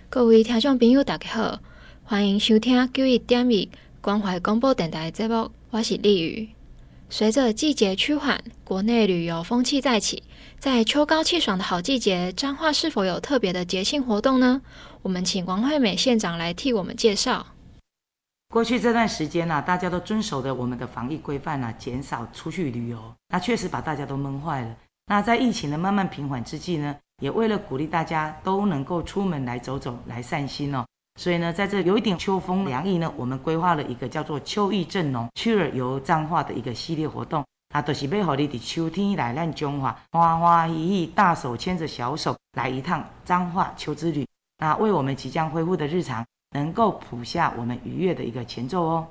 各位听众朋友大家好，欢迎收听91.1关怀广播电台节目，我是丽宇。随着季节趋缓，国内旅游风气再起，在秋高气爽的好季节，彰化是否有特别的节庆活动呢？我们请王惠美县长来替我们介绍。 过去这段时间大家都遵守着我们的防疫规范减少出去旅游，那确实把大家都闷坏了。那在疫情的慢慢平缓之际呢，也为了鼓励大家都能够出门来走走，来散心所以呢，在这有一点秋风凉意呢，我们规划了一个叫做秋意正浓趣儿游彰化的一个系列活动。就是要让你在秋天来咱彰化欢欢喜喜大手牵着小手来一趟彰化秋之旅，那为我们即将恢复的日常能够谱下我们愉悦的一个前奏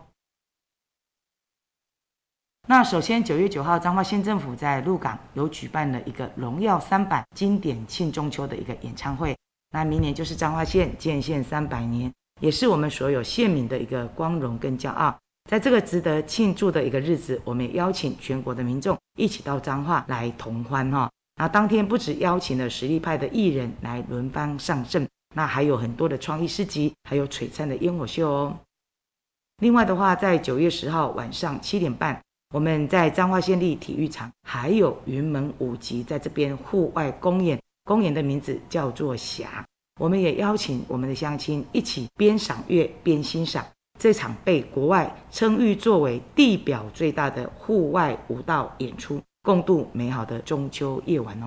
那首先9月9号，彰化县政府在鹿港有举办了一个荣耀300经典庆中秋的一个演唱会。那明年就是彰化县建县300年，也是我们所有县民的一个光荣跟骄傲。在这个值得庆祝的一个日子，我们也邀请全国的民众一起到彰化来同欢那当天不只邀请了实力派的艺人来轮番上阵，那还有很多的创意诗集，还有璀璨的烟火秀另外的话，在9月10号晚上7点半，我们在彰化县立体育场还有云门舞集在这边户外公演，公演的名字叫做霞。我们也邀请我们的乡亲一起边赏月边欣赏这场被国外称誉作为地表最大的户外舞蹈演出，共度美好的中秋夜晚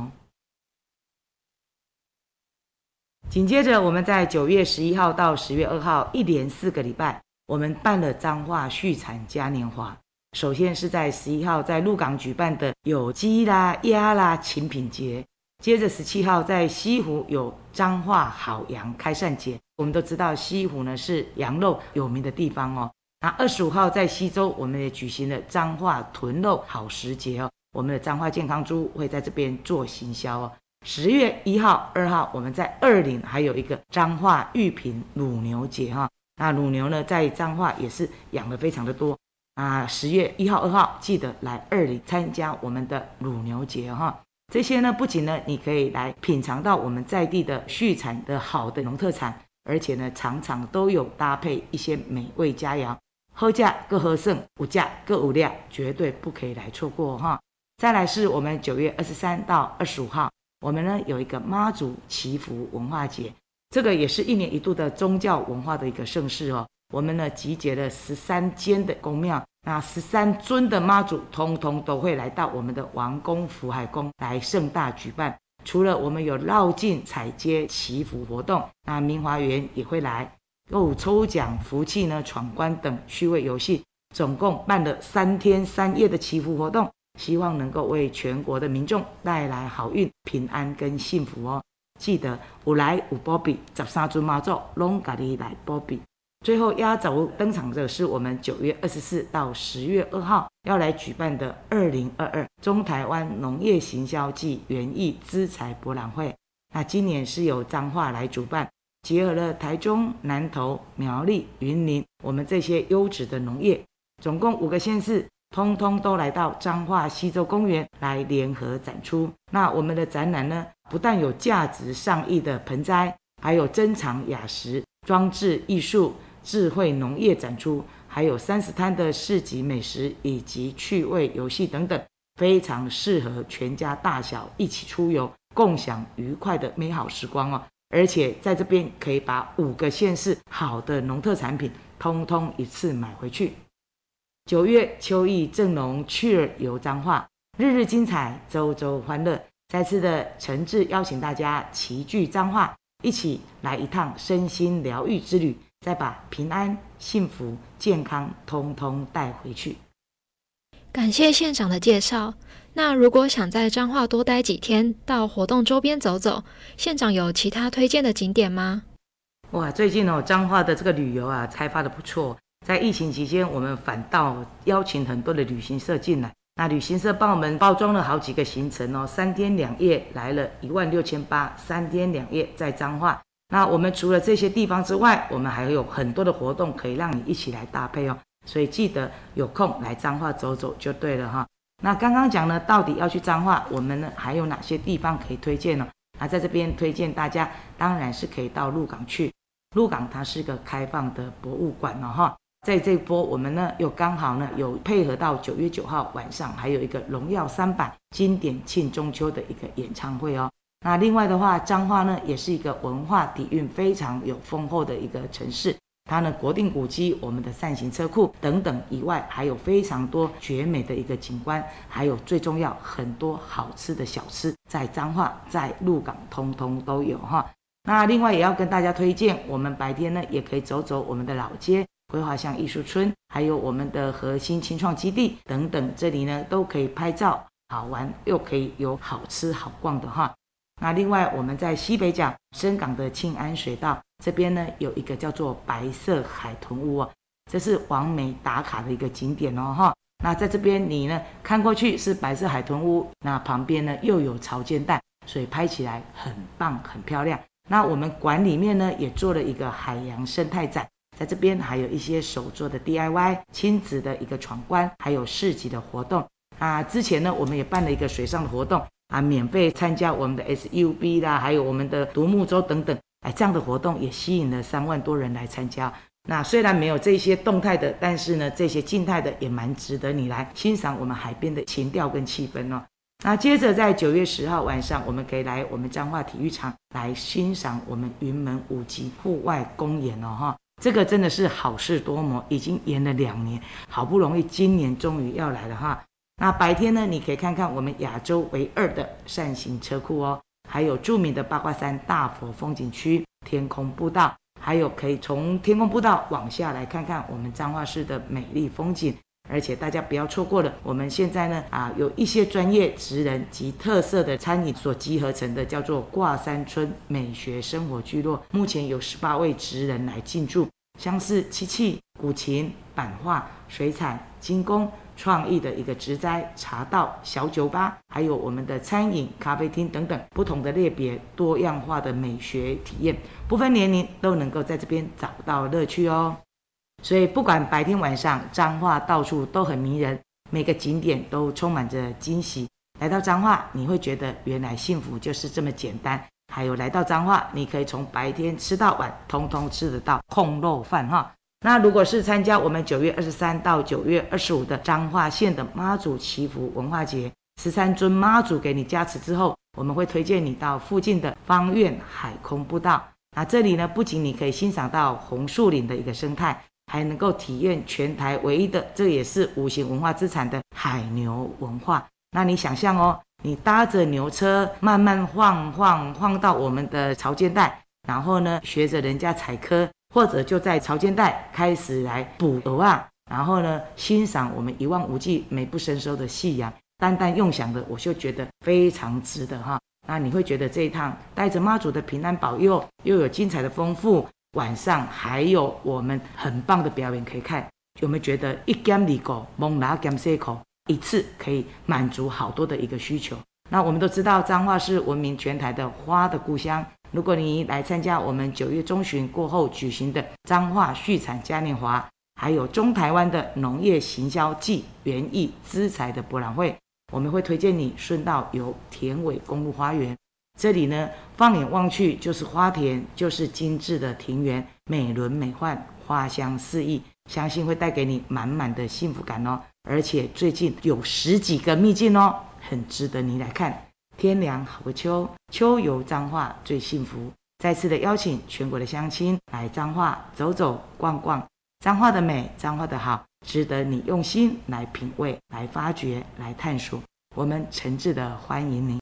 紧接着我们在9月11号到10月2号一连4个礼拜，我们办了彰化畜产嘉年华。首先是在11号在鹿港举办的有鸡啦鸭啦禽品节，接着17号在西湖有彰化好羊开善节。我们都知道西湖呢是羊肉有名的地方那25号在西周我们也举行了彰化豚肉好食节我们的彰化健康猪会在这边做行销10月1号2号我们在二林还有一个彰化玉品乳牛节那乳牛呢在彰化也是养的非常的多10月1号2号记得来二林参加我们的乳牛节这些呢不仅呢你可以来品尝到我们在地的畜产的好的农特产，而且呢常常都有搭配一些美味佳肴，好价各喝剩，有价各有量，绝对不可以来错过再来是我们9月23到25号，我们呢有一个妈祖祈福文化节，这个也是1年1度的宗教文化的一个盛事我们呢集结了13间的宫庙，那13尊的妈祖通通都会来到我们的王宫福海宫来盛大举办。除了我们有绕境踩街祈福活动，那明华园也会来，有抽奖福气呢闯关等趣味游戏，总共办了3天3夜的祈福活动，希望能够为全国的民众带来好运平安跟幸福记得有来有保庇，13尊妈祖拢给你来保庇。最后压轴登场的是我们9月24到10月2号要来举办的2022中台湾农业行销暨园艺资材博览会。那今年是由彰化来主办，结合了台中、南投、苗栗、云林我们这些优质的农业，总共5个县市通通都来到彰化西洲公园来联合展出。那我们的展览呢，不但有价值上亿的盆栽，还有珍藏雅石、装置艺术、智慧农业展出，还有30摊的市集美食以及趣味游戏等等，非常适合全家大小一起出游，共享愉快的美好时光而且在这边可以把5个县市好的农特产品通通一次买回去。9月秋意正浓趣儿游彰化，日日精彩，周周欢乐。再次的诚挚邀请大家齐聚彰化，一起来一趟身心疗愈之旅，再把平安、幸福、健康通通带回去。 感谢县长的介绍。那如果想在彰化多待几天，到活动周边走走，县长有其他推荐的景点吗？ 哇，最近彰化的这个旅游开发的不错，在疫情期间我们反倒邀请很多的旅行社进来，那旅行社帮我们包装了好几个行程3天2夜来了16800，3天2夜在彰化。那我们除了这些地方之外，我们还有很多的活动可以让你一起来搭配所以记得有空来彰化走走就对了那刚刚讲呢，到底要去彰化，我们呢还有哪些地方可以推荐呢？那在这边推荐大家，当然是可以到鹿港去。 鹿港它是个开放的博物馆哈。在这一波我们呢又刚好呢有配合到9月9号晚上还有一个荣耀300经典庆中秋的一个演唱会哦。那另外的话，彰化呢也是一个文化底蕴非常有丰厚的一个城市，它呢国定古迹、我们的扇形车库等等以外，还有非常多绝美的一个景观，还有最重要很多好吃的小吃，在彰化在鹿港通通都有哈。那另外也要跟大家推荐，我们白天呢也可以走走我们的老街、规划巷艺术村，还有我们的核心青创基地等等，这里呢都可以拍照好玩，又可以有好吃好逛的哈。那另外我们在西北角深港的庆安水道这边呢有一个叫做白色海豚屋哦，这是网美打卡的一个景点哦哈。那在这边你呢看过去是白色海豚屋，那旁边呢又有潮间带，所以拍起来很棒很漂亮。那我们馆里面呢也做了一个海洋生态展，在这边还有一些手作的 DIY 亲子的一个闯关，还有市集的活动啊。之前呢我们也办了一个水上的活动啊，免费参加我们的 SUB 啦，还有我们的独木舟等等，这样的活动也吸引了3万多人来参加。那虽然没有这些动态的，但是呢这些静态的也蛮值得你来欣赏我们海边的情调跟气氛哦。那接着在9月10号晚上，我们可以来我们彰化体育场来欣赏我们云门舞集户外公演哦哈。这个真的是好事多磨，已经延了2年，好不容易今年终于要来了哈。那白天呢，你可以看看我们亚洲唯2的扇形车库哦，还有著名的八卦山大佛风景区、天空步道，还有可以从天空步道往下来看看我们彰化市的美丽风景。而且大家不要错过了，我们现在呢有一些专业职人及特色的餐饮所集合成的叫做挂山村美学生活聚落，目前有18位职人来进驻，像是漆器、古琴、版画、水彩、精工、创意的一个植栽、茶道、小酒吧，还有我们的餐饮、咖啡厅等等不同的类别，多样化的美学体验，不分年龄都能够在这边找到乐趣哦。所以不管白天晚上，彰化到处都很迷人，每个景点都充满着惊喜。来到彰化，你会觉得原来幸福就是这么简单。还有来到彰化，你可以从白天吃到晚，通通吃得到控肉饭哈。那如果是参加我们9月23到9月25的彰化县的妈祖祈福文化节，13尊妈祖给你加持之后，我们会推荐你到附近的芳苑海空步道。那这里呢，不仅你可以欣赏到红树林的一个生态，还能够体验全台唯一的，这也是无形文化资产的海牛文化。那你想象哦，你搭着牛车慢慢晃到我们的潮间带，然后呢学着人家采科，或者就在潮间带开始来捕鹅啊，然后呢欣赏我们一望无际美不胜收的夕阳，单单用想的我就觉得非常值得哈。那你会觉得这一趟带着妈祖的平安保佑，又有精彩的丰富，晚上还有我们很棒的表演可以看，有没有觉得一减二个蒙拿减四口，一次可以满足好多的一个需求？那我们都知道彰化是闻名全台的花的故乡，如果你来参加我们9月中旬过后举行的彰化畜产嘉年华，还有中台湾的农业行销暨园艺资材的博览会，我们会推荐你顺道游田尾公路花园。这里呢放眼望去就是花田，就是精致的庭园，美轮美奂，花香四溢，相信会带给你满满的幸福感哦。而且最近有10几个秘境哦，很值得你来看。天凉好个秋，秋游彰化最幸福。再次的邀请全国的乡亲来彰化走走逛逛，彰化的美，彰化的好，值得你用心来品味，来发掘，来探索。我们诚挚的欢迎您。